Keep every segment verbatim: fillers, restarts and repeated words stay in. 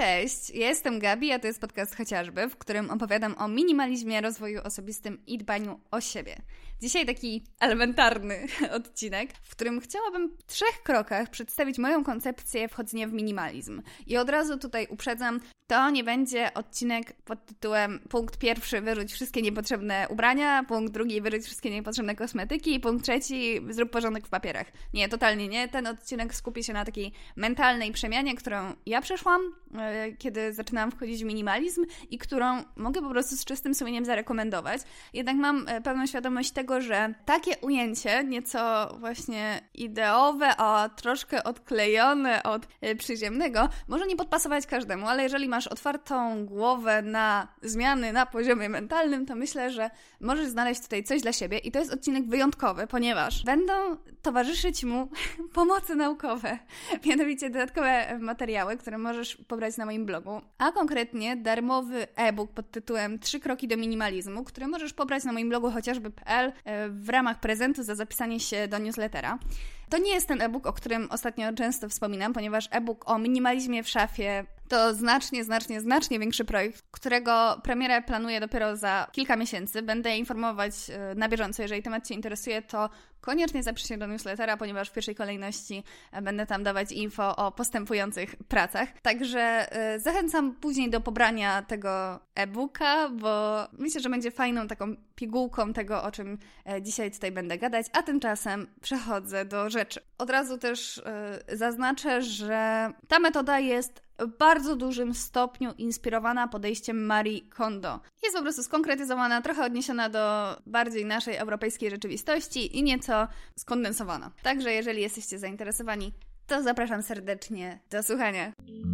Cześć, ja jestem Gabi, a to jest podcast Chociażby, w którym opowiadam o minimalizmie, rozwoju osobistym i dbaniu o siebie. Dzisiaj taki elementarny odcinek, w którym chciałabym w trzech krokach przedstawić moją koncepcję wchodzenia w minimalizm. I od razu tutaj uprzedzam, to nie będzie odcinek pod tytułem punkt pierwszy, wyrzuć wszystkie niepotrzebne ubrania, punkt drugi, wyrzuć wszystkie niepotrzebne kosmetyki i punkt trzeci, zrób porządek w papierach. Nie, totalnie nie. Ten odcinek skupi się na takiej mentalnej przemianie, którą ja przeszłam, yy, kiedy zaczynałam wchodzić w minimalizm i którą mogę po prostu z czystym sumieniem zarekomendować. Jednak mam yy, pełną świadomość tego, że takie ujęcie, nieco właśnie ideowe, a troszkę odklejone od yy, przyziemnego, może nie podpasować każdemu, ale jeżeli masz otwartą głowę na zmiany na poziomie mentalnym, to myślę, że możesz znaleźć tutaj coś dla siebie i to jest odcinek wyjątkowy, ponieważ będą towarzyszyć mu pomocy naukowe, mianowicie dodatkowe materiały, które możesz pobrać na moim blogu, a konkretnie darmowy e-book pod tytułem trzy kroki do minimalizmu, który możesz pobrać na moim blogu chociażby kropka pe el w ramach prezentu za zapisanie się do newslettera. To nie jest ten e-book, o którym ostatnio często wspominam, ponieważ e-book o minimalizmie w szafie to znacznie, znacznie, znacznie większy projekt, którego premierę planuję dopiero za kilka miesięcy. Będę informować na bieżąco, jeżeli temat Cię interesuje, to koniecznie zapisz się do newslettera, ponieważ w pierwszej kolejności będę tam dawać info o postępujących pracach. Także zachęcam później do pobrania tego e-booka, bo myślę, że będzie fajną taką pigułką tego, o czym dzisiaj tutaj będę gadać, a tymczasem przechodzę do rzeczy. Od razu też zaznaczę, że ta metoda jest w bardzo dużym stopniu inspirowana podejściem Marie Kondo. Jest po prostu skonkretyzowana, trochę odniesiona do bardziej naszej europejskiej rzeczywistości i nieco skondensowana. Także jeżeli jesteście zainteresowani, to zapraszam serdecznie do słuchania.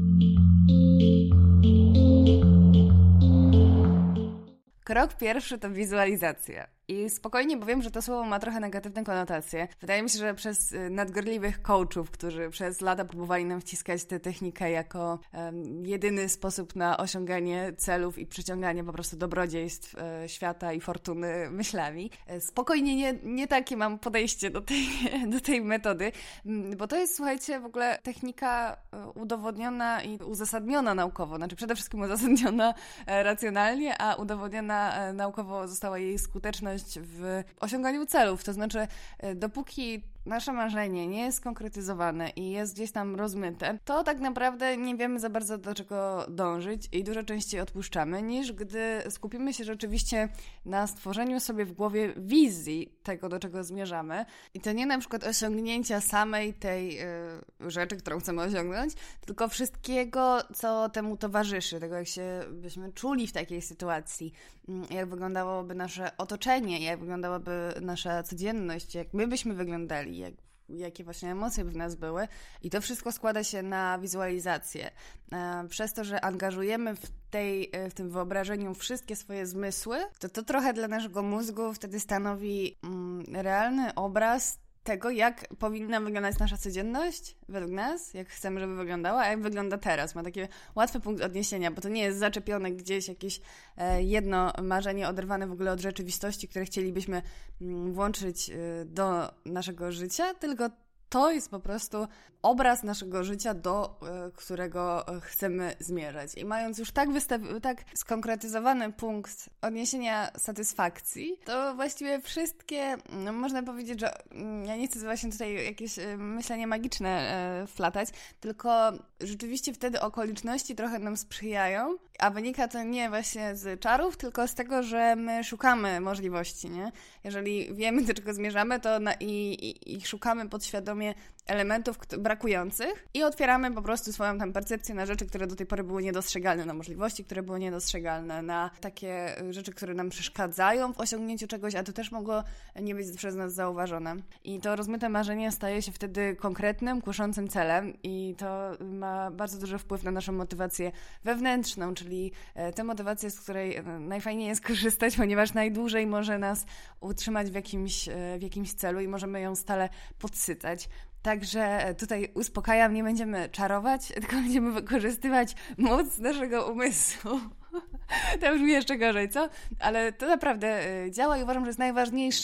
Krok pierwszy to wizualizacja. I spokojnie, bo wiem, że to słowo ma trochę negatywne konotacje. Wydaje mi się, że przez nadgorliwych coachów, którzy przez lata próbowali nam wciskać tę technikę jako um, jedyny sposób na osiąganie celów i przyciąganie po prostu dobrodziejstw e, świata i fortuny myślami. E, spokojnie, nie, nie takie mam podejście do tej, do tej metody, bo to jest, słuchajcie, w ogóle technika udowodniona i uzasadniona naukowo. Znaczy przede wszystkim uzasadniona e, racjonalnie, a udowodniona e, naukowo została jej skuteczność w osiąganiu celów, to znaczy dopóki nasze marzenie nie jest skonkretyzowane i jest gdzieś tam rozmyte, to tak naprawdę nie wiemy za bardzo do czego dążyć i dużo częściej odpuszczamy, niż gdy skupimy się rzeczywiście na stworzeniu sobie w głowie wizji tego, do czego zmierzamy. I to nie na przykład osiągnięcia samej tej y, rzeczy, którą chcemy osiągnąć, tylko wszystkiego, co temu towarzyszy, tego jak się byśmy czuli w takiej sytuacji, jak wyglądałoby nasze otoczenie, jak wyglądałaby nasza codzienność, jak my byśmy wyglądali, Jak, jakie właśnie emocje by w nas były i to wszystko składa się na wizualizację. Przez to, że angażujemy w, tej, w tym wyobrażeniu wszystkie swoje zmysły, to to trochę dla naszego mózgu wtedy stanowi mm, realny obraz tego, jak powinna wyglądać nasza codzienność według nas, jak chcemy, żeby wyglądała, a jak wygląda teraz. Ma taki łatwy punkt odniesienia, bo to nie jest zaczepione gdzieś jakieś e, jedno marzenie oderwane w ogóle od rzeczywistości, które chcielibyśmy m, włączyć e, do naszego życia, tylko to jest po prostu obraz naszego życia, do y, którego chcemy zmierzać. I mając już tak, wystaw- tak skonkretyzowany punkt odniesienia satysfakcji, to właściwie wszystkie, no można powiedzieć, że mm, ja nie chcę właśnie tutaj jakieś y, myślenie magiczne y, wplatać, tylko rzeczywiście wtedy okoliczności trochę nam sprzyjają, a wynika to nie właśnie z czarów, tylko z tego, że my szukamy możliwości, nie? Jeżeli wiemy, do czego zmierzamy, to na, i, i, i szukamy podświadomie elementów brakujących i otwieramy po prostu swoją tam percepcję na rzeczy, które do tej pory były niedostrzegalne, na możliwości, które były niedostrzegalne, na takie rzeczy, które nam przeszkadzają w osiągnięciu czegoś, a to też mogło nie być przez nas zauważone. I to rozmyte marzenie staje się wtedy konkretnym, kuszącym celem i to ma bardzo duży wpływ na naszą motywację wewnętrzną, czyli tę motywację, z której najfajniej jest korzystać, ponieważ najdłużej może nas utrzymać w jakimś, w jakimś celu i możemy ją stale podsycać. Także tutaj uspokajam, nie będziemy czarować, tylko będziemy wykorzystywać moc naszego umysłu. To brzmi jeszcze gorzej, co? Ale to naprawdę działa i uważam, że jest najważniejszym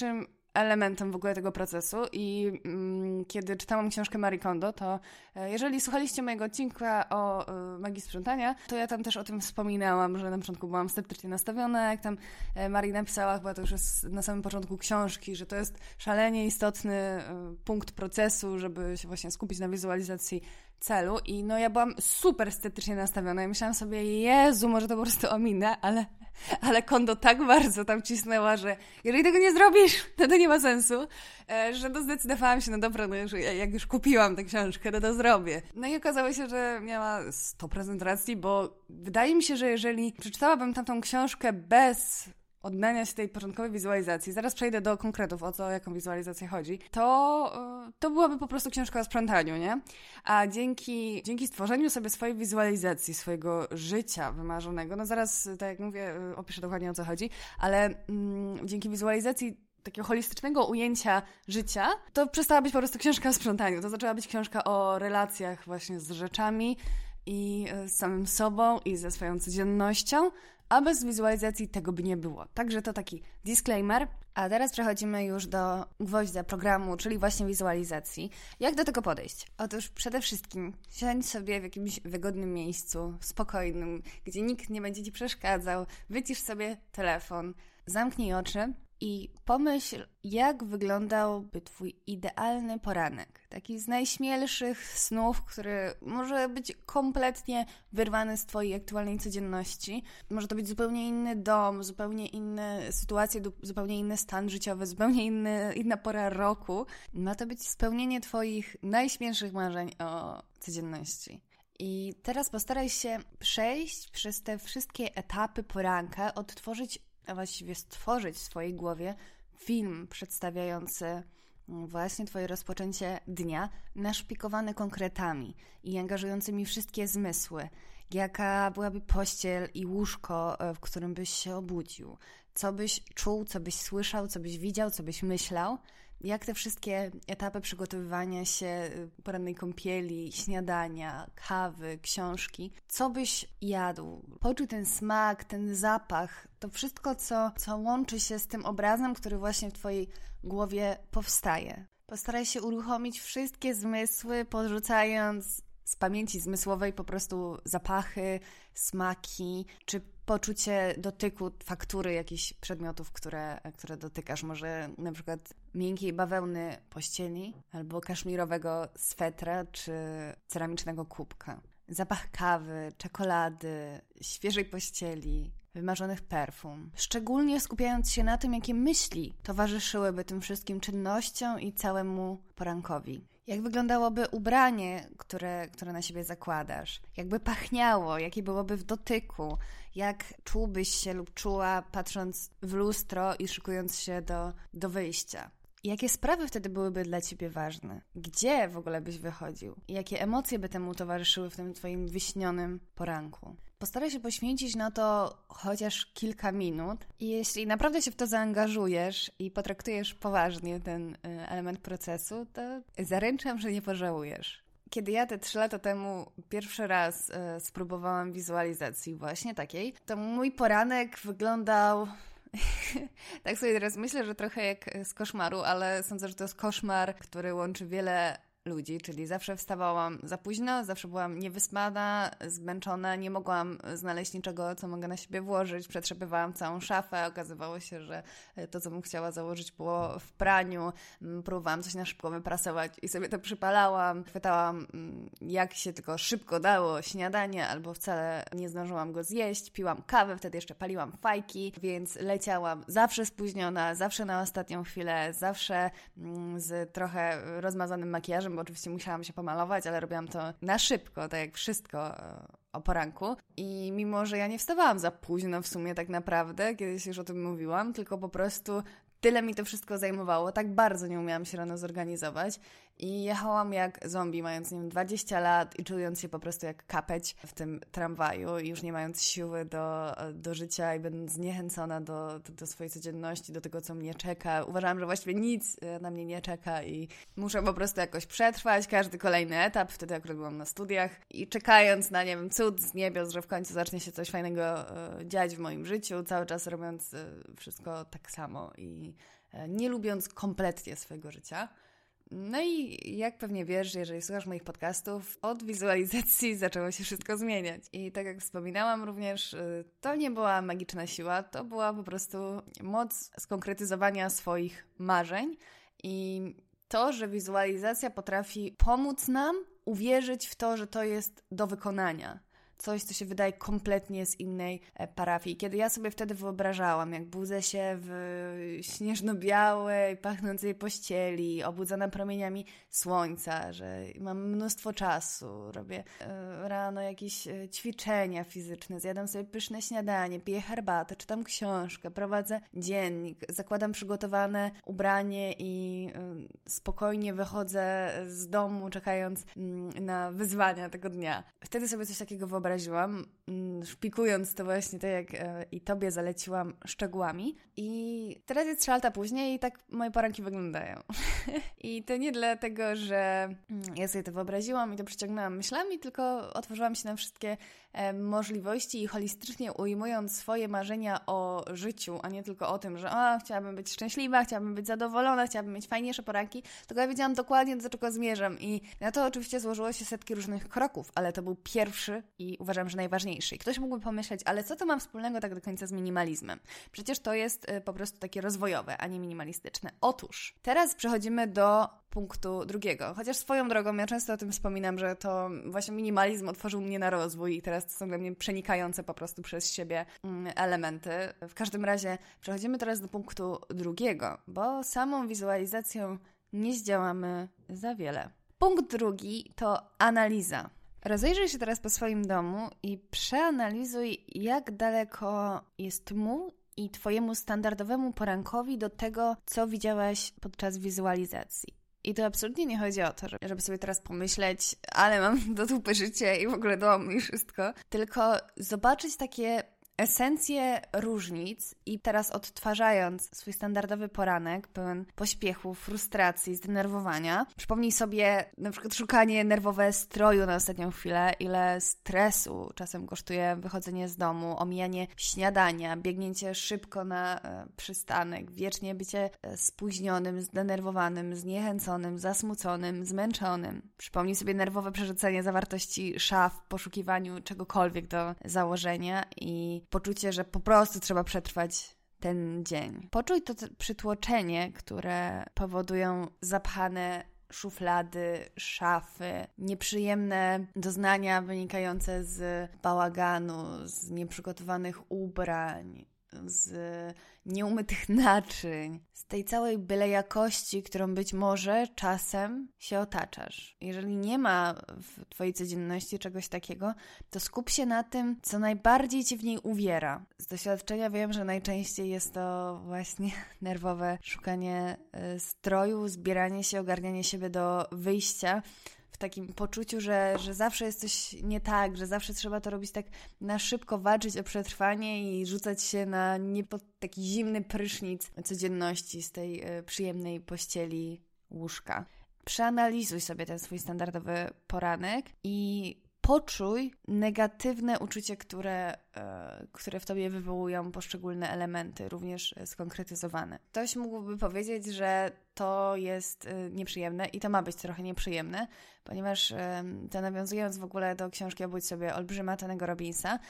elementem w ogóle tego procesu i mm, kiedy czytałam książkę Marie Kondo, to e, jeżeli słuchaliście mojego odcinka o e, magii sprzątania, to ja tam też o tym wspominałam, że na początku byłam sceptycznie nastawiona, jak tam e, Marie napisała, chyba to już jest na samym początku książki, że to jest szalenie istotny e, punkt procesu, żeby się właśnie skupić na wizualizacji celu i no ja byłam super sceptycznie nastawiona i myślałam sobie, Jezu, może to po prostu ominę, ale, ale Kondo tak bardzo tam cisnęła, że jeżeli tego nie zrobisz, to to nie ma sensu, że to zdecydowałam się, no dobra, no już, jak już kupiłam tę książkę, to to zrobię. No i okazało się, że miała sto procent racji, bo wydaje mi się, że jeżeli przeczytałabym tamtą książkę bez oddania się tej początkowej wizualizacji, zaraz przejdę do konkretów, o co, o jaką wizualizację chodzi, to, to byłaby po prostu książka o sprzątaniu, nie? A dzięki, dzięki stworzeniu sobie swojej wizualizacji, swojego życia wymarzonego, no zaraz, tak jak mówię, opiszę dokładnie o co chodzi, ale mm, dzięki wizualizacji takiego holistycznego ujęcia życia, to przestała być po prostu książka o sprzątaniu, to zaczęła być książka o relacjach właśnie z rzeczami i z samym sobą i ze swoją codziennością, a bez wizualizacji tego by nie było. Także to taki disclaimer. A teraz przechodzimy już do gwoździa programu, czyli właśnie wizualizacji. Jak do tego podejść? Otóż przede wszystkim siądź sobie w jakimś wygodnym miejscu, spokojnym, gdzie nikt nie będzie Ci przeszkadzał, wycisz sobie telefon, zamknij oczy i pomyśl, jak wyglądałby Twój idealny poranek. Taki z najśmielszych snów, który może być kompletnie wyrwany z Twojej aktualnej codzienności. Może to być zupełnie inny dom, zupełnie inne sytuacje, zupełnie inny stan życiowy, zupełnie inny, inna pora roku. Ma to być spełnienie Twoich najśmielszych marzeń o codzienności. I teraz postaraj się przejść przez te wszystkie etapy poranka, odtworzyć a właściwie stworzyć w swojej głowie film przedstawiający właśnie Twoje rozpoczęcie dnia, naszpikowany konkretami i angażującymi wszystkie zmysły. Jaka byłaby pościel i łóżko, w którym byś się obudził? Co byś czuł, co byś słyszał, co byś widział, co byś myślał? Jak te wszystkie etapy przygotowywania się, porannej kąpieli, śniadania, kawy, książki, co byś jadł? Poczuj ten smak, ten zapach, to wszystko, co, co łączy się z tym obrazem, który właśnie w Twojej głowie powstaje. Postaraj się uruchomić wszystkie zmysły, podrzucając z pamięci zmysłowej po prostu zapachy, smaki, czy poczucie dotyku, faktury jakichś przedmiotów, które, które dotykasz. Może na przykład miękkiej bawełny pościeli, albo kaszmirowego swetra, czy ceramicznego kubka. Zapach kawy, czekolady, świeżej pościeli, wymarzonych perfum. Szczególnie skupiając się na tym, jakie myśli towarzyszyłyby tym wszystkim czynnościom i całemu porankowi. Jak wyglądałoby ubranie, które, które na siebie zakładasz? Jakby pachniało? Jakie byłoby w dotyku? Jak czułbyś się lub czuła patrząc w lustro i szykując się do, do wyjścia? Jakie sprawy wtedy byłyby dla Ciebie ważne? Gdzie w ogóle byś wychodził? I jakie emocje by temu towarzyszyły w tym Twoim wyśnionym poranku? Postaraj się poświęcić na to chociaż kilka minut i jeśli naprawdę się w to zaangażujesz i potraktujesz poważnie ten element procesu, to zaręczam, że nie pożałujesz. Kiedy ja te trzy lata temu pierwszy raz y, spróbowałam wizualizacji właśnie takiej, to mój poranek wyglądał... tak sobie teraz myślę, że trochę jak z koszmaru, ale sądzę, że to jest koszmar, który łączy wiele ludzi, czyli zawsze wstawałam za późno, zawsze byłam niewyspana, zmęczona, nie mogłam znaleźć niczego, co mogę na siebie włożyć, przetrzepywałam całą szafę, okazywało się, że to, co bym chciała założyć, było w praniu, próbowałam coś na szybko wyprasować i sobie to przypalałam, chwytałam jak się tylko szybko dało śniadanie, albo wcale nie zdążyłam go zjeść, piłam kawę, wtedy jeszcze paliłam fajki, więc leciałam zawsze spóźniona, zawsze na ostatnią chwilę, zawsze z trochę rozmazanym makijażem, bo oczywiście musiałam się pomalować, ale robiłam to na szybko, tak jak wszystko o poranku. I mimo, że ja nie wstawałam za późno w sumie tak naprawdę, kiedyś już o tym mówiłam, tylko po prostu tyle mi to wszystko zajmowało, tak bardzo nie umiałam się rano zorganizować i jechałam jak zombie, mając, nie wiem, dwadzieścia lat i czując się po prostu jak kapeć w tym tramwaju i już nie mając siły do, do życia i będąc zniechęcona do, do, do swojej codzienności, do tego, co mnie czeka. Uważałam, że właściwie nic na mnie nie czeka i muszę po prostu jakoś przetrwać każdy kolejny etap. Wtedy akurat byłam na studiach i czekając na, nie wiem, cud z niebios, że w końcu zacznie się coś fajnego dziać w moim życiu, cały czas robiąc wszystko tak samo i nie lubiąc kompletnie swojego życia. No i jak pewnie wiesz, jeżeli słuchasz moich podcastów, od wizualizacji zaczęło się wszystko zmieniać. I tak jak wspominałam również, to nie była magiczna siła, to była po prostu moc skonkretyzowania swoich marzeń i to, że wizualizacja potrafi pomóc nam uwierzyć w to, że to jest do wykonania. Coś, co się wydaje kompletnie z innej parafii. Kiedy ja sobie wtedy wyobrażałam, jak budzę się w śnieżno-białej, pachnącej pościeli, obudzona promieniami słońca, że mam mnóstwo czasu, robię rano jakieś ćwiczenia fizyczne, zjadam sobie pyszne śniadanie, piję herbatę, czytam książkę, prowadzę dziennik, zakładam przygotowane ubranie i spokojnie wychodzę z domu, czekając na wyzwania tego dnia. Wtedy sobie coś takiego wyobrażałam. Wyobraziłam, szpikując to właśnie tak jak e, i Tobie zaleciłam szczegółami. I teraz jest trzy lata później i tak moje poranki wyglądają. I to nie dlatego, że ja sobie to wyobraziłam i to przyciągnęłam myślami, tylko otworzyłam się na wszystkie e, możliwości i holistycznie ujmując swoje marzenia o życiu, a nie tylko o tym, że o, chciałabym być szczęśliwa, chciałabym być zadowolona, chciałabym mieć fajniejsze poranki, tylko ja wiedziałam dokładnie, do czego zmierzam. I na to oczywiście złożyło się setki różnych kroków, ale to był pierwszy i uważam, że najważniejszy. I ktoś mógłby pomyśleć, ale co to ma wspólnego tak do końca z minimalizmem? Przecież to jest y, po prostu takie rozwojowe, a nie minimalistyczne. Otóż, teraz przechodzimy do punktu drugiego. Chociaż swoją drogą, ja często o tym wspominam, że to właśnie minimalizm otworzył mnie na rozwój i teraz to są dla mnie przenikające po prostu przez siebie mm, elementy. W każdym razie przechodzimy teraz do punktu drugiego, bo samą wizualizacją nie zdziałamy za wiele. Punkt drugi to analiza. Rozejrzyj się teraz po swoim domu i przeanalizuj, jak daleko jest mu i Twojemu standardowemu porankowi do tego, co widziałaś podczas wizualizacji. I to absolutnie nie chodzi o to, żeby sobie teraz pomyśleć, ale mam do dupy życie i w ogóle dom i wszystko, tylko zobaczyć takie esencję różnic i teraz odtwarzając swój standardowy poranek pełen pośpiechu, frustracji, zdenerwowania, przypomnij sobie na przykład szukanie nerwowe stroju na ostatnią chwilę, ile stresu czasem kosztuje wychodzenie z domu, omijanie śniadania, biegnięcie szybko na e, przystanek, wiecznie bycie e, spóźnionym, zdenerwowanym, zniechęconym, zasmuconym, zmęczonym. Przypomnij sobie nerwowe przerzucanie zawartości szaf w poszukiwaniu czegokolwiek do założenia i poczucie, że po prostu trzeba przetrwać ten dzień. Poczuj to przytłoczenie, które powodują zapchane szuflady, szafy, nieprzyjemne doznania wynikające z bałaganu, z nieprzygotowanych ubrań, z nieumytych naczyń, z tej całej byle jakości, którą być może czasem się otaczasz. Jeżeli nie ma w Twojej codzienności czegoś takiego, to skup się na tym, co najbardziej Cię w niej uwiera. Z doświadczenia wiem, że najczęściej jest to właśnie nerwowe szukanie stroju, zbieranie się, ogarnianie siebie do wyjścia, w takim poczuciu, że, że zawsze jest coś nie tak, że zawsze trzeba to robić tak na szybko, walczyć o przetrwanie i rzucać się na nie pod taki zimny prysznic codzienności z tej y, przyjemnej pościeli łóżka. Przeanalizuj sobie ten swój standardowy poranek i poczuj negatywne uczucie, które, e, które w Tobie wywołują poszczególne elementy, również skonkretyzowane. Ktoś mógłby powiedzieć, że to jest e, nieprzyjemne i to ma być trochę nieprzyjemne, ponieważ e, to nawiązując w ogóle do książki Obudź sobie olbrzyma Tonego Robbinsa,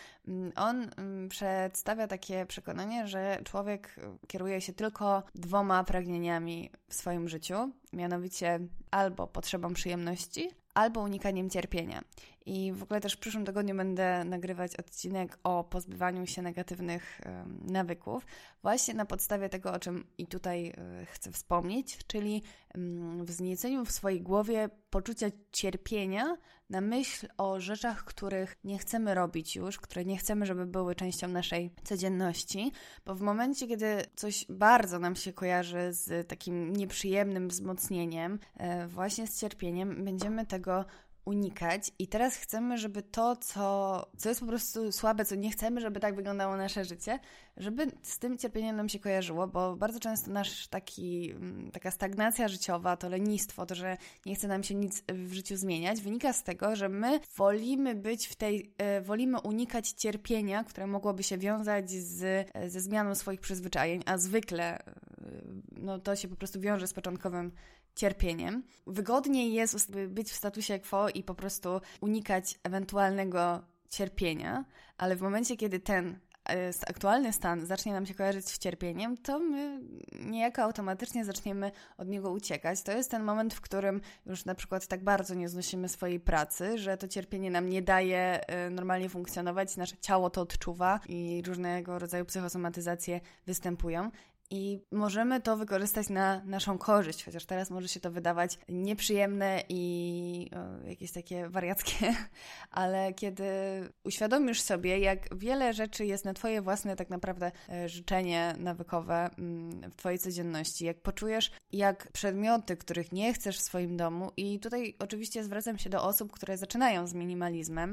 on m, przedstawia takie przekonanie, że człowiek kieruje się tylko dwoma pragnieniami w swoim życiu, mianowicie albo potrzebą przyjemności, albo unikaniem cierpienia. I w ogóle też w przyszłym tygodniu będę nagrywać odcinek o pozbywaniu się negatywnych um, nawyków, właśnie na podstawie tego, o czym i tutaj y, chcę wspomnieć, czyli um, wznieceniu w swojej głowie poczucia cierpienia na myśl o rzeczach, których nie chcemy robić już, które nie chcemy, żeby były częścią naszej codzienności, bo w momencie, kiedy coś bardzo nam się kojarzy z takim nieprzyjemnym wzmocnieniem, y, właśnie z cierpieniem, będziemy tego unikać i teraz chcemy, żeby to, co, co jest po prostu słabe, co nie chcemy, żeby tak wyglądało nasze życie, żeby z tym cierpieniem nam się kojarzyło, bo bardzo często nasz taki, taka stagnacja życiowa, to lenistwo, to, że nie chce nam się nic w życiu zmieniać, wynika z tego, że my wolimy być w tej, wolimy unikać cierpienia, które mogłoby się wiązać z, ze zmianą swoich przyzwyczajeń, a zwykle no to się po prostu wiąże z początkowym cierpieniem. Wygodniej jest być w statusie quo i po prostu unikać ewentualnego cierpienia, ale w momencie, kiedy ten aktualny stan zacznie nam się kojarzyć z cierpieniem, to my niejako automatycznie zaczniemy od niego uciekać. To jest ten moment, w którym już na przykład tak bardzo nie znosimy swojej pracy, że to cierpienie nam nie daje normalnie funkcjonować, nasze ciało to odczuwa i różnego rodzaju psychosomatyzacje występują. I możemy to wykorzystać na naszą korzyść, chociaż teraz może się to wydawać nieprzyjemne i o, jakieś takie wariackie, ale kiedy uświadomisz sobie, jak wiele rzeczy jest na twoje własne tak naprawdę życzenie nawykowe w twojej codzienności, jak poczujesz, jak przedmioty, których nie chcesz w swoim domu, i tutaj oczywiście zwracam się do osób, które zaczynają z minimalizmem,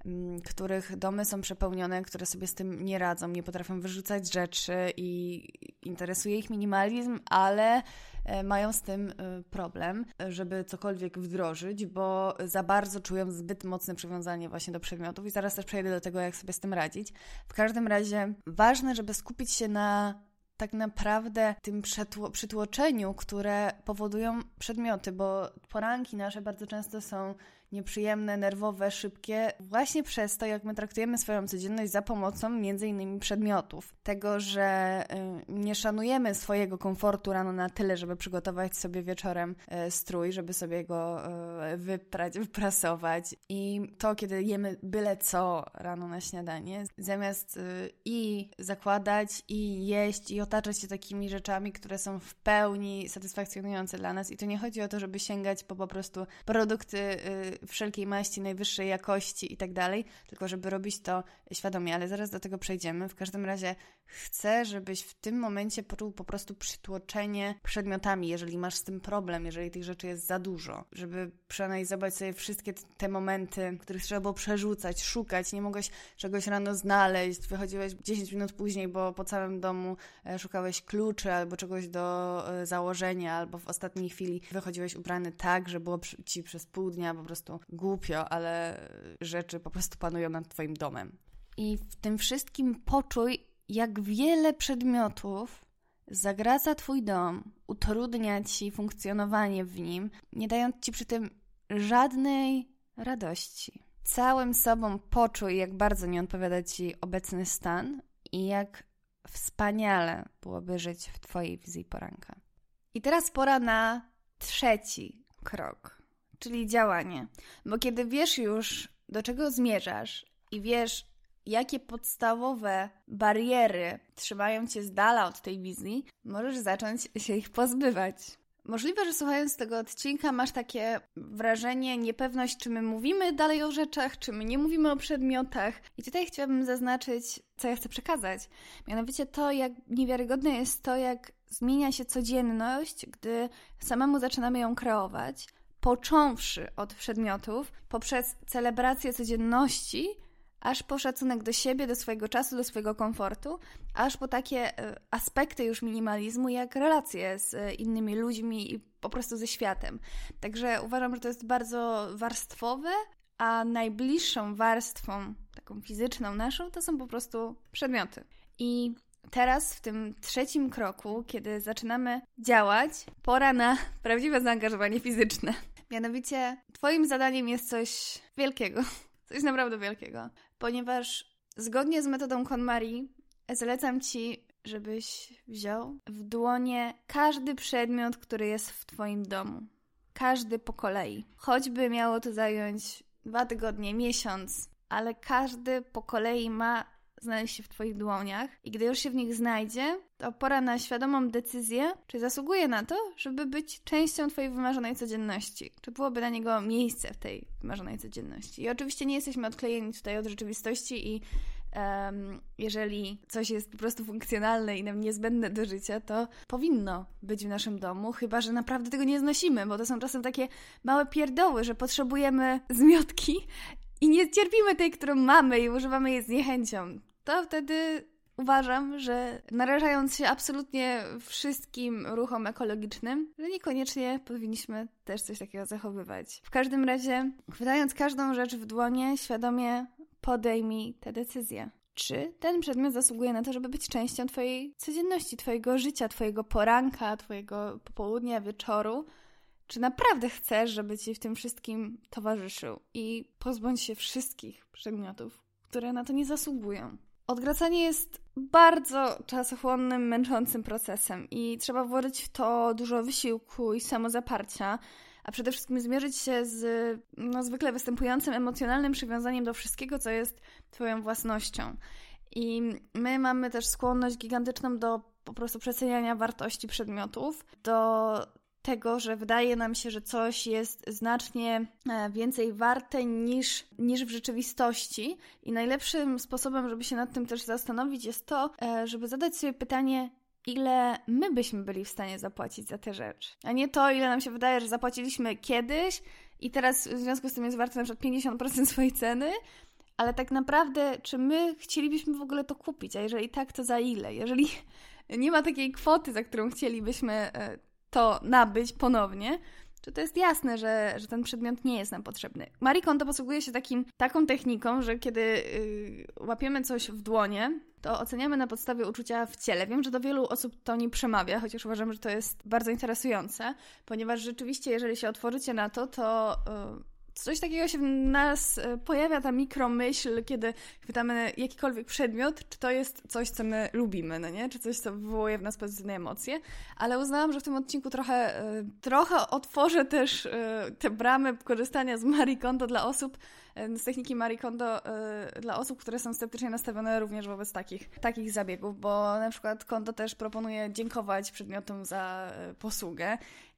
których domy są przepełnione, które sobie z tym nie radzą, nie potrafią wyrzucać rzeczy i interesuje ich minimalizm, ale mają z tym problem, żeby cokolwiek wdrożyć, bo za bardzo czują zbyt mocne przywiązanie właśnie do przedmiotów i zaraz też przejdę do tego, jak sobie z tym radzić. W każdym razie ważne, żeby skupić się na tak naprawdę tym przetło- przytłoczeniu, które powodują przedmioty, bo poranki nasze bardzo często są nieprzyjemne, nerwowe, szybkie, właśnie przez to, jak my traktujemy swoją codzienność za pomocą między innymi przedmiotów. Tego, że y, nie szanujemy swojego komfortu rano na tyle, żeby przygotować sobie wieczorem y, strój, żeby sobie go y, wyprać, wyprasować. I to, kiedy jemy byle co rano na śniadanie, zamiast y, i zakładać, i jeść, i otaczać się takimi rzeczami, które są w pełni satysfakcjonujące dla nas. I tu nie chodzi o to, żeby sięgać po po prostu produkty y, wszelkiej maści, najwyższej jakości i tak dalej, tylko żeby robić to świadomie, ale zaraz do tego przejdziemy. W każdym razie chcę, żebyś w tym momencie poczuł po prostu przytłoczenie przedmiotami, jeżeli masz z tym problem, jeżeli tych rzeczy jest za dużo, żeby przeanalizować sobie wszystkie te momenty, których trzeba było przerzucać, szukać, nie mogłeś czegoś rano znaleźć, wychodziłeś dziesięć minut później, bo po całym domu szukałeś kluczy albo czegoś do założenia, albo w ostatniej chwili wychodziłeś ubrany tak, że było ci przez pół dnia po prostu głupio, ale rzeczy po prostu panują nad twoim domem. I w tym wszystkim poczuj, jak wiele przedmiotów zagraca twój dom, utrudnia ci funkcjonowanie w nim, nie dając ci przy tym żadnej radości. Całym sobą poczuj, jak bardzo nie odpowiada ci obecny stan i jak wspaniale byłoby żyć w twojej wizji poranka. I teraz pora na trzeci krok, czyli działanie. Bo kiedy wiesz już, do czego zmierzasz i wiesz, jakie podstawowe bariery trzymają cię z dala od tej wizji, możesz zacząć się ich pozbywać. Możliwe, że słuchając tego odcinka masz takie wrażenie, niepewność, czy my mówimy dalej o rzeczach, czy my nie mówimy o przedmiotach. I tutaj chciałabym zaznaczyć, co ja chcę przekazać. Mianowicie to, jak niewiarygodne jest to, jak zmienia się codzienność, gdy samemu zaczynamy ją kreować, począwszy od przedmiotów, poprzez celebrację codzienności, aż po szacunek do siebie, do swojego czasu, do swojego komfortu, aż po takie aspekty już minimalizmu, jak relacje z innymi ludźmi i po prostu ze światem. Także uważam, że to jest bardzo warstwowe, a najbliższą warstwą, taką fizyczną naszą, to są po prostu przedmioty. I teraz w tym trzecim kroku, kiedy zaczynamy działać, pora na prawdziwe zaangażowanie fizyczne. Mianowicie twoim zadaniem jest coś wielkiego. Coś naprawdę wielkiego, ponieważ zgodnie z metodą KonMari zalecam ci, żebyś wziął w dłonie każdy przedmiot, który jest w twoim domu. Każdy po kolei. Choćby miało to zająć dwa tygodnie, miesiąc, ale każdy po kolei ma znaleźć się w twoich dłoniach i gdy już się w nich znajdzie, to pora na świadomą decyzję, czy zasługuje na to, żeby być częścią twojej wymarzonej codzienności. Czy byłoby na niego miejsce w tej wymarzonej codzienności. I oczywiście nie jesteśmy odklejeni tutaj od rzeczywistości i um, jeżeli coś jest po prostu funkcjonalne i nam niezbędne do życia, to powinno być w naszym domu, chyba że naprawdę tego nie znosimy, bo to są czasem takie małe pierdoły, że potrzebujemy zmiotki i nie cierpimy tej, którą mamy i używamy jej z niechęcią. To wtedy uważam, że narażając się absolutnie wszystkim ruchom ekologicznym, że niekoniecznie powinniśmy też coś takiego zachowywać. W każdym razie, chwytając każdą rzecz w dłonie, świadomie podejmij tę decyzję. czy ten przedmiot zasługuje na to, żeby być częścią twojej codzienności, twojego życia, twojego poranka, twojego popołudnia, wieczoru. Czy naprawdę chcesz, żeby ci w tym wszystkim towarzyszył i pozbądź się wszystkich przedmiotów, które na to nie zasługują. Odgracanie jest bardzo czasochłonnym, męczącym procesem i trzeba włożyć w to dużo wysiłku i samozaparcia, a przede wszystkim zmierzyć się z no, zwykle występującym emocjonalnym przywiązaniem do wszystkiego, co jest twoją własnością. I my mamy też skłonność gigantyczną do po prostu przeceniania wartości przedmiotów, do tego, że wydaje nam się, że coś jest znacznie więcej warte niż, niż w rzeczywistości. I najlepszym sposobem, żeby się nad tym też zastanowić, jest to, żeby zadać sobie pytanie, ile my byśmy byli w stanie zapłacić za tę rzecz. A nie to, ile nam się wydaje, że zapłaciliśmy kiedyś i teraz w związku z tym jest warte na przykład pięćdziesiąt procent swojej ceny, ale tak naprawdę, czy my chcielibyśmy w ogóle to kupić, a jeżeli tak, to za ile? Jeżeli nie ma takiej kwoty, za którą chcielibyśmy to nabyć ponownie, czy to jest jasne, że, że ten przedmiot nie jest nam potrzebny. Marie Kondo posługuje się takim, taką techniką, że kiedy yy, łapiemy coś w dłonie, to oceniamy na podstawie uczucia w ciele. Wiem, że do wielu osób to nie przemawia, chociaż uważam, że to jest bardzo interesujące, ponieważ rzeczywiście, jeżeli się otworzycie na to, to yy, coś takiego się w nas pojawia, ta mikromyśl, kiedy chwytamy jakikolwiek przedmiot, czy to jest coś, co my lubimy, no nie? Czy coś, co wywołuje w nas pozytywne emocje. Ale uznałam, że w tym odcinku trochę, trochę otworzę też te bramy korzystania z Marie Kondo dla osób, z techniki Marie Kondo dla osób, które są sceptycznie nastawione również wobec takich, takich zabiegów, bo na przykład Kondo też proponuje dziękować przedmiotom za posługę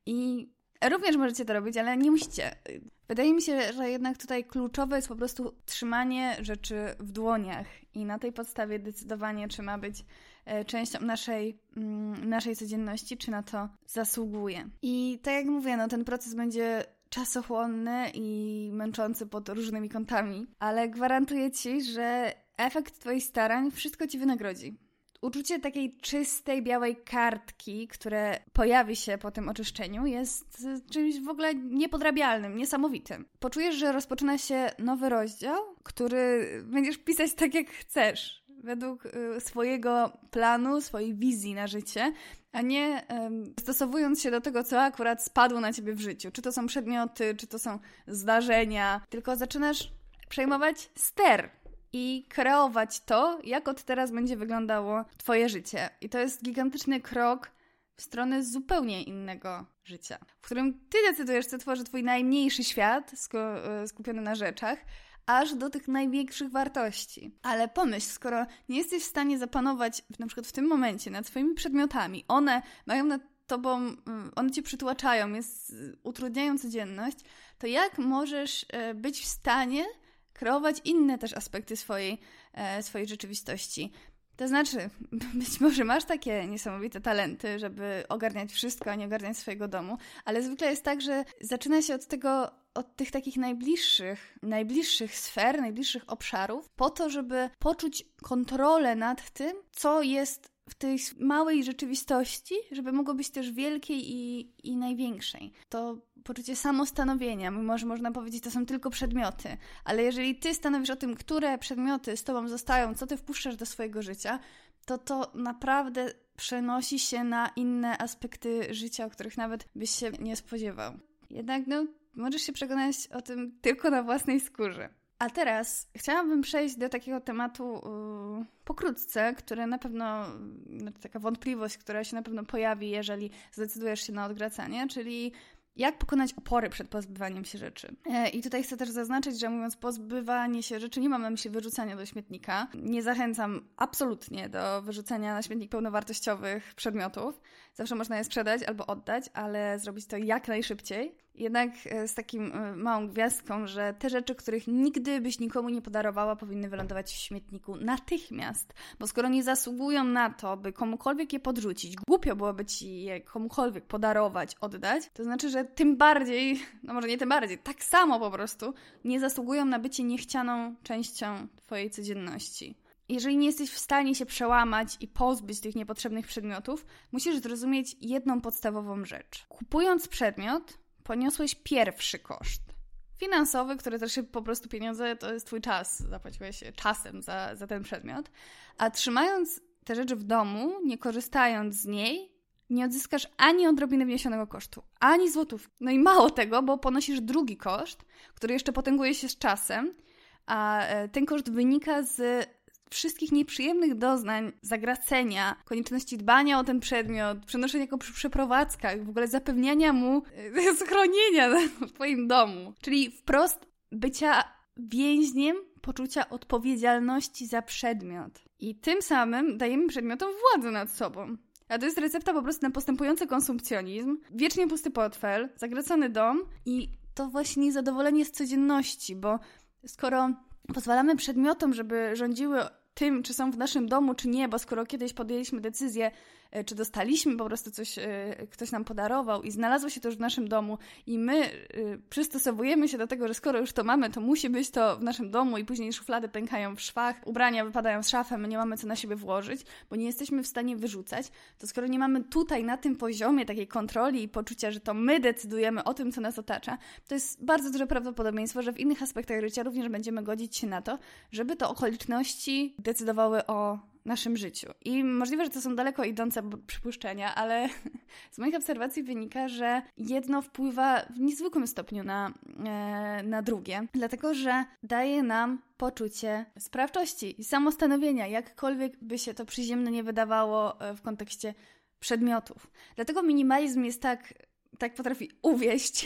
i również możecie to robić, ale nie musicie. Wydaje mi się, że jednak tutaj kluczowe jest po prostu trzymanie rzeczy w dłoniach i na tej podstawie decydowanie, czy ma być częścią naszej, naszej codzienności, czy na to zasługuje. I tak jak mówię, no ten proces będzie czasochłonny i męczący pod różnymi kątami, ale gwarantuję ci, że efekt twoich starań wszystko ci wynagrodzi. Uczucie takiej czystej, białej kartki, które pojawi się po tym oczyszczeniu, jest czymś w ogóle niepodrabialnym, niesamowitym. Poczujesz, że rozpoczyna się nowy rozdział, który będziesz pisać tak, jak chcesz, według swojego planu, swojej wizji na życie, a nie um, dostosowując się do tego, co akurat spadło na ciebie w życiu. Czy to są przedmioty, czy to są zdarzenia, tylko zaczynasz przejmować ster i kreować to, jak od teraz będzie wyglądało twoje życie. I to jest gigantyczny krok w stronę zupełnie innego życia, w którym ty decydujesz, co tworzy twój najmniejszy świat, skupiony na rzeczach, aż do tych największych wartości. Ale pomyśl, skoro nie jesteś w stanie zapanować na przykład w tym momencie nad swoimi przedmiotami, one mają nad tobą, one cię przytłaczają, jest, utrudniają codzienność, to jak możesz być w stanie kreować inne też aspekty swojej, e, swojej rzeczywistości. To znaczy, być może masz takie niesamowite talenty, żeby ogarniać wszystko, a nie ogarniać swojego domu, ale zwykle jest tak, że zaczyna się od tego, od tych takich najbliższych, najbliższych sfer, najbliższych obszarów, po to, żeby poczuć kontrolę nad tym, co jest w tej małej rzeczywistości, żeby mogło być też wielkiej i, i największej. To poczucie samostanowienia, mimo że można powiedzieć, to są tylko przedmioty, ale jeżeli ty stanowisz o tym, które przedmioty z tobą zostają, co ty wpuszczasz do swojego życia, to to naprawdę przenosi się na inne aspekty życia, o których nawet byś się nie spodziewał. Jednak no, możesz się przekonać o tym tylko na własnej skórze. A teraz chciałabym przejść do takiego tematu yy, pokrótce, które na pewno, yy, taka wątpliwość, która się na pewno pojawi, jeżeli zdecydujesz się na odgracanie, czyli jak pokonać opory przed pozbywaniem się rzeczy. Yy, I tutaj chcę też zaznaczyć, że mówiąc pozbywanie się rzeczy, nie mam na myśli wyrzucania do śmietnika. Nie zachęcam absolutnie do wyrzucania na śmietnik pełnowartościowych przedmiotów. Zawsze można je sprzedać albo oddać, ale zrobić to jak najszybciej. Jednak z takim małą gwiazdką, że te rzeczy, których nigdy byś nikomu nie podarowała, powinny wylądować w śmietniku natychmiast. Bo skoro nie zasługują na to, by komukolwiek je podrzucić, głupio byłoby ci je komukolwiek podarować, oddać, to znaczy, że tym bardziej, no może nie tym bardziej, tak samo po prostu nie zasługują na bycie niechcianą częścią twojej codzienności. Jeżeli nie jesteś w stanie się przełamać i pozbyć tych niepotrzebnych przedmiotów, musisz zrozumieć jedną podstawową rzecz. Kupując przedmiot, poniosłeś pierwszy koszt finansowy, który też po prostu pieniądze to jest twój czas, zapłaciłeś czasem za, za ten przedmiot, a trzymając te rzeczy w domu, nie korzystając z niej, nie odzyskasz ani odrobiny wniesionego kosztu, ani złotów. No i mało tego, bo ponosisz drugi koszt, który jeszcze potęguje się z czasem, a ten koszt wynika z wszystkich nieprzyjemnych doznań, zagracenia, konieczności dbania o ten przedmiot, przenoszenia go przy przeprowadzkach, w ogóle zapewniania mu schronienia w twoim domu. Czyli wprost bycia więźniem poczucia odpowiedzialności za przedmiot. I tym samym dajemy przedmiotom władzę nad sobą. A to jest recepta po prostu na postępujący konsumpcjonizm, wiecznie pusty portfel, zagracony dom i to właśnie niezadowolenie z codzienności, bo skoro pozwalamy przedmiotom, żeby rządziły tym, czy są w naszym domu, czy nie, bo skoro kiedyś podjęliśmy decyzję, czy dostaliśmy po prostu coś, ktoś nam podarował i znalazło się to już w naszym domu i my przystosowujemy się do tego, że skoro już to mamy, to musi być to w naszym domu i później szuflady pękają w szwach, ubrania wypadają z szafy, my nie mamy co na siebie włożyć, bo nie jesteśmy w stanie wyrzucać, to skoro nie mamy tutaj na tym poziomie takiej kontroli i poczucia, że to my decydujemy o tym, co nas otacza, to jest bardzo duże prawdopodobieństwo, że w innych aspektach życia również będziemy godzić się na to, żeby to okoliczności decydowały o naszym życiu. I możliwe, że to są daleko idące przypuszczenia, ale z moich obserwacji wynika, że jedno wpływa w niezwykłym stopniu na, e, na drugie, dlatego że daje nam poczucie sprawczości i samostanowienia, jakkolwiek by się to przyziemne nie wydawało w kontekście przedmiotów. Dlatego minimalizm jest tak tak potrafi uwieść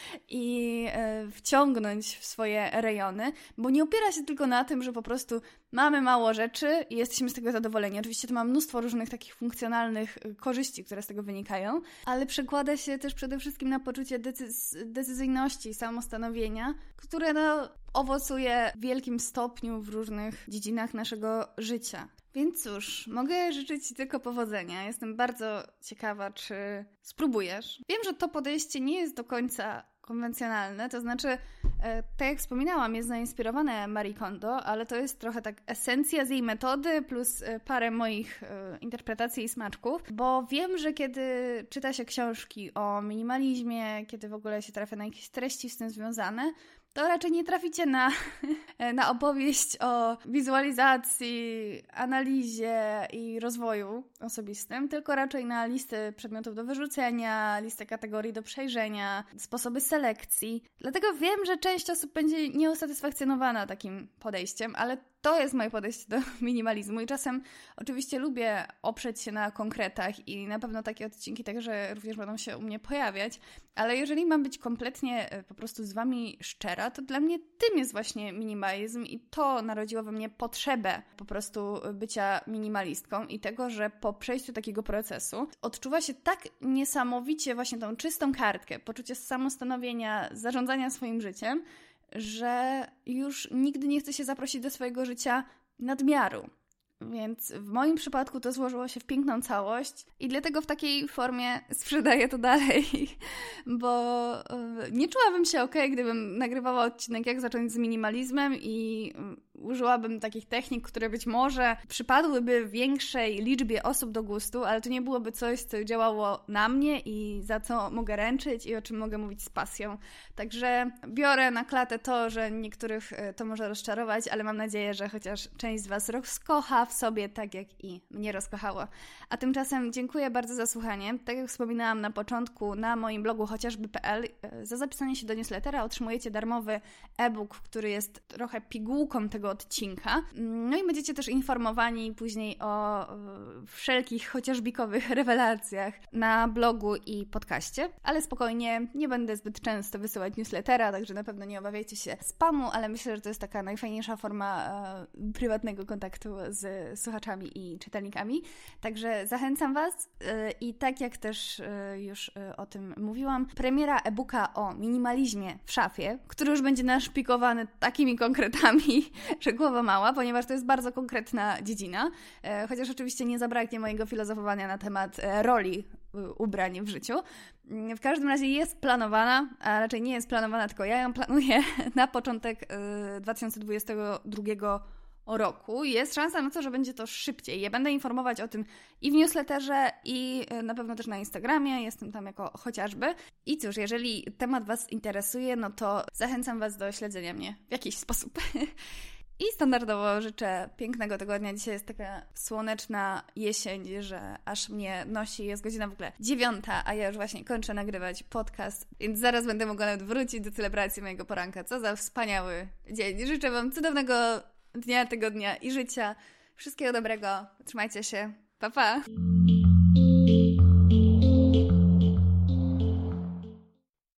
i e, wciągnąć w swoje rejony, bo nie opiera się tylko na tym, że po prostu mamy mało rzeczy i jesteśmy z tego zadowoleni. Oczywiście to ma mnóstwo różnych takich funkcjonalnych korzyści, które z tego wynikają, ale przekłada się też przede wszystkim na poczucie decyz- decyzyjności i samostanowienia, które no, owocuje w wielkim stopniu w różnych dziedzinach naszego życia. Więc cóż, mogę życzyć Ci tylko powodzenia. Jestem bardzo ciekawa, czy spróbujesz. Wiem, że to podejście nie jest do końca konwencjonalne, to znaczy, e, tak jak wspominałam, jest zainspirowane Marie Kondo, ale to jest trochę tak esencja z jej metody plus e, parę moich e, interpretacji i smaczków, bo wiem, że kiedy czyta się książki o minimalizmie, kiedy w ogóle się trafia na jakieś treści z tym związane, to raczej nie traficie na, na opowieść o wizualizacji, analizie i rozwoju osobistym, tylko raczej na listy przedmiotów do wyrzucenia, listę kategorii do przejrzenia, sposoby selekcji. Dlatego wiem, że część osób będzie nieusatysfakcjonowana takim podejściem, ale to jest moje podejście do minimalizmu i czasem oczywiście lubię oprzeć się na konkretach i na pewno takie odcinki także również będą się u mnie pojawiać, ale jeżeli mam być kompletnie po prostu z Wami szczera, to dla mnie tym jest właśnie minimalizm i to narodziło we mnie potrzebę po prostu bycia minimalistką i tego, że po przejściu takiego procesu odczuwa się tak niesamowicie właśnie tą czystą kartkę, poczucie samostanowienia, zarządzania swoim życiem, że już nigdy nie chce się zaprosić do swojego życia nadmiaru. Więc w moim przypadku to złożyło się w piękną całość i dlatego w takiej formie sprzedaję to dalej, bo nie czułabym się okej, gdybym nagrywała odcinek jak zacząć z minimalizmem i użyłabym takich technik, które być może przypadłyby większej liczbie osób do gustu, ale to nie byłoby coś, co działało na mnie i za co mogę ręczyć i o czym mogę mówić z pasją. Także biorę na klatę to, że niektórych to może rozczarować, ale mam nadzieję, że chociaż część z Was rozkocha w sobie tak, jak i mnie rozkochało. A tymczasem dziękuję bardzo za słuchanie. Tak jak wspominałam na początku, na moim blogu chociażby kropka pe el za zapisanie się do newslettera otrzymujecie darmowy e-book, który jest trochę pigułką tego odcinka. No i będziecie też informowani później o wszelkich chociażbikowych rewelacjach na blogu i podcaście, ale spokojnie, nie będę zbyt często wysyłać newslettera, także na pewno nie obawiajcie się spamu, ale myślę, że to jest taka najfajniejsza forma e, prywatnego kontaktu z słuchaczami i czytelnikami. Także zachęcam Was e, i tak jak też e, już e, o tym mówiłam, premiera e-booka o minimalizmie w szafie, który już będzie naszpikowany takimi konkretami, że głowa mała, ponieważ to jest bardzo konkretna dziedzina, e, chociaż oczywiście nie zabraknie mojego filozofowania na temat e, roli ubrań w życiu. W każdym razie jest planowana, a raczej nie jest planowana, tylko ja ją planuję na początek e, dwa tysiące dwudziestego drugiego o roku. Jest szansa na to, że będzie to szybciej. Ja będę informować o tym i w newsletterze, i na pewno też na Instagramie. Jestem tam jako chociażby. I cóż, jeżeli temat Was interesuje, no to zachęcam Was do śledzenia mnie w jakiś sposób. I standardowo życzę pięknego tygodnia. Dzisiaj jest taka słoneczna jesień, że aż mnie nosi. Jest godzina w ogóle dziewiąta, a ja już właśnie kończę nagrywać podcast, więc zaraz będę mogła nawet wrócić do celebracji mojego poranka. Co za wspaniały dzień. Życzę Wam cudownego dnia, tygodnia i życia. Wszystkiego dobrego. Trzymajcie się. Pa, pa!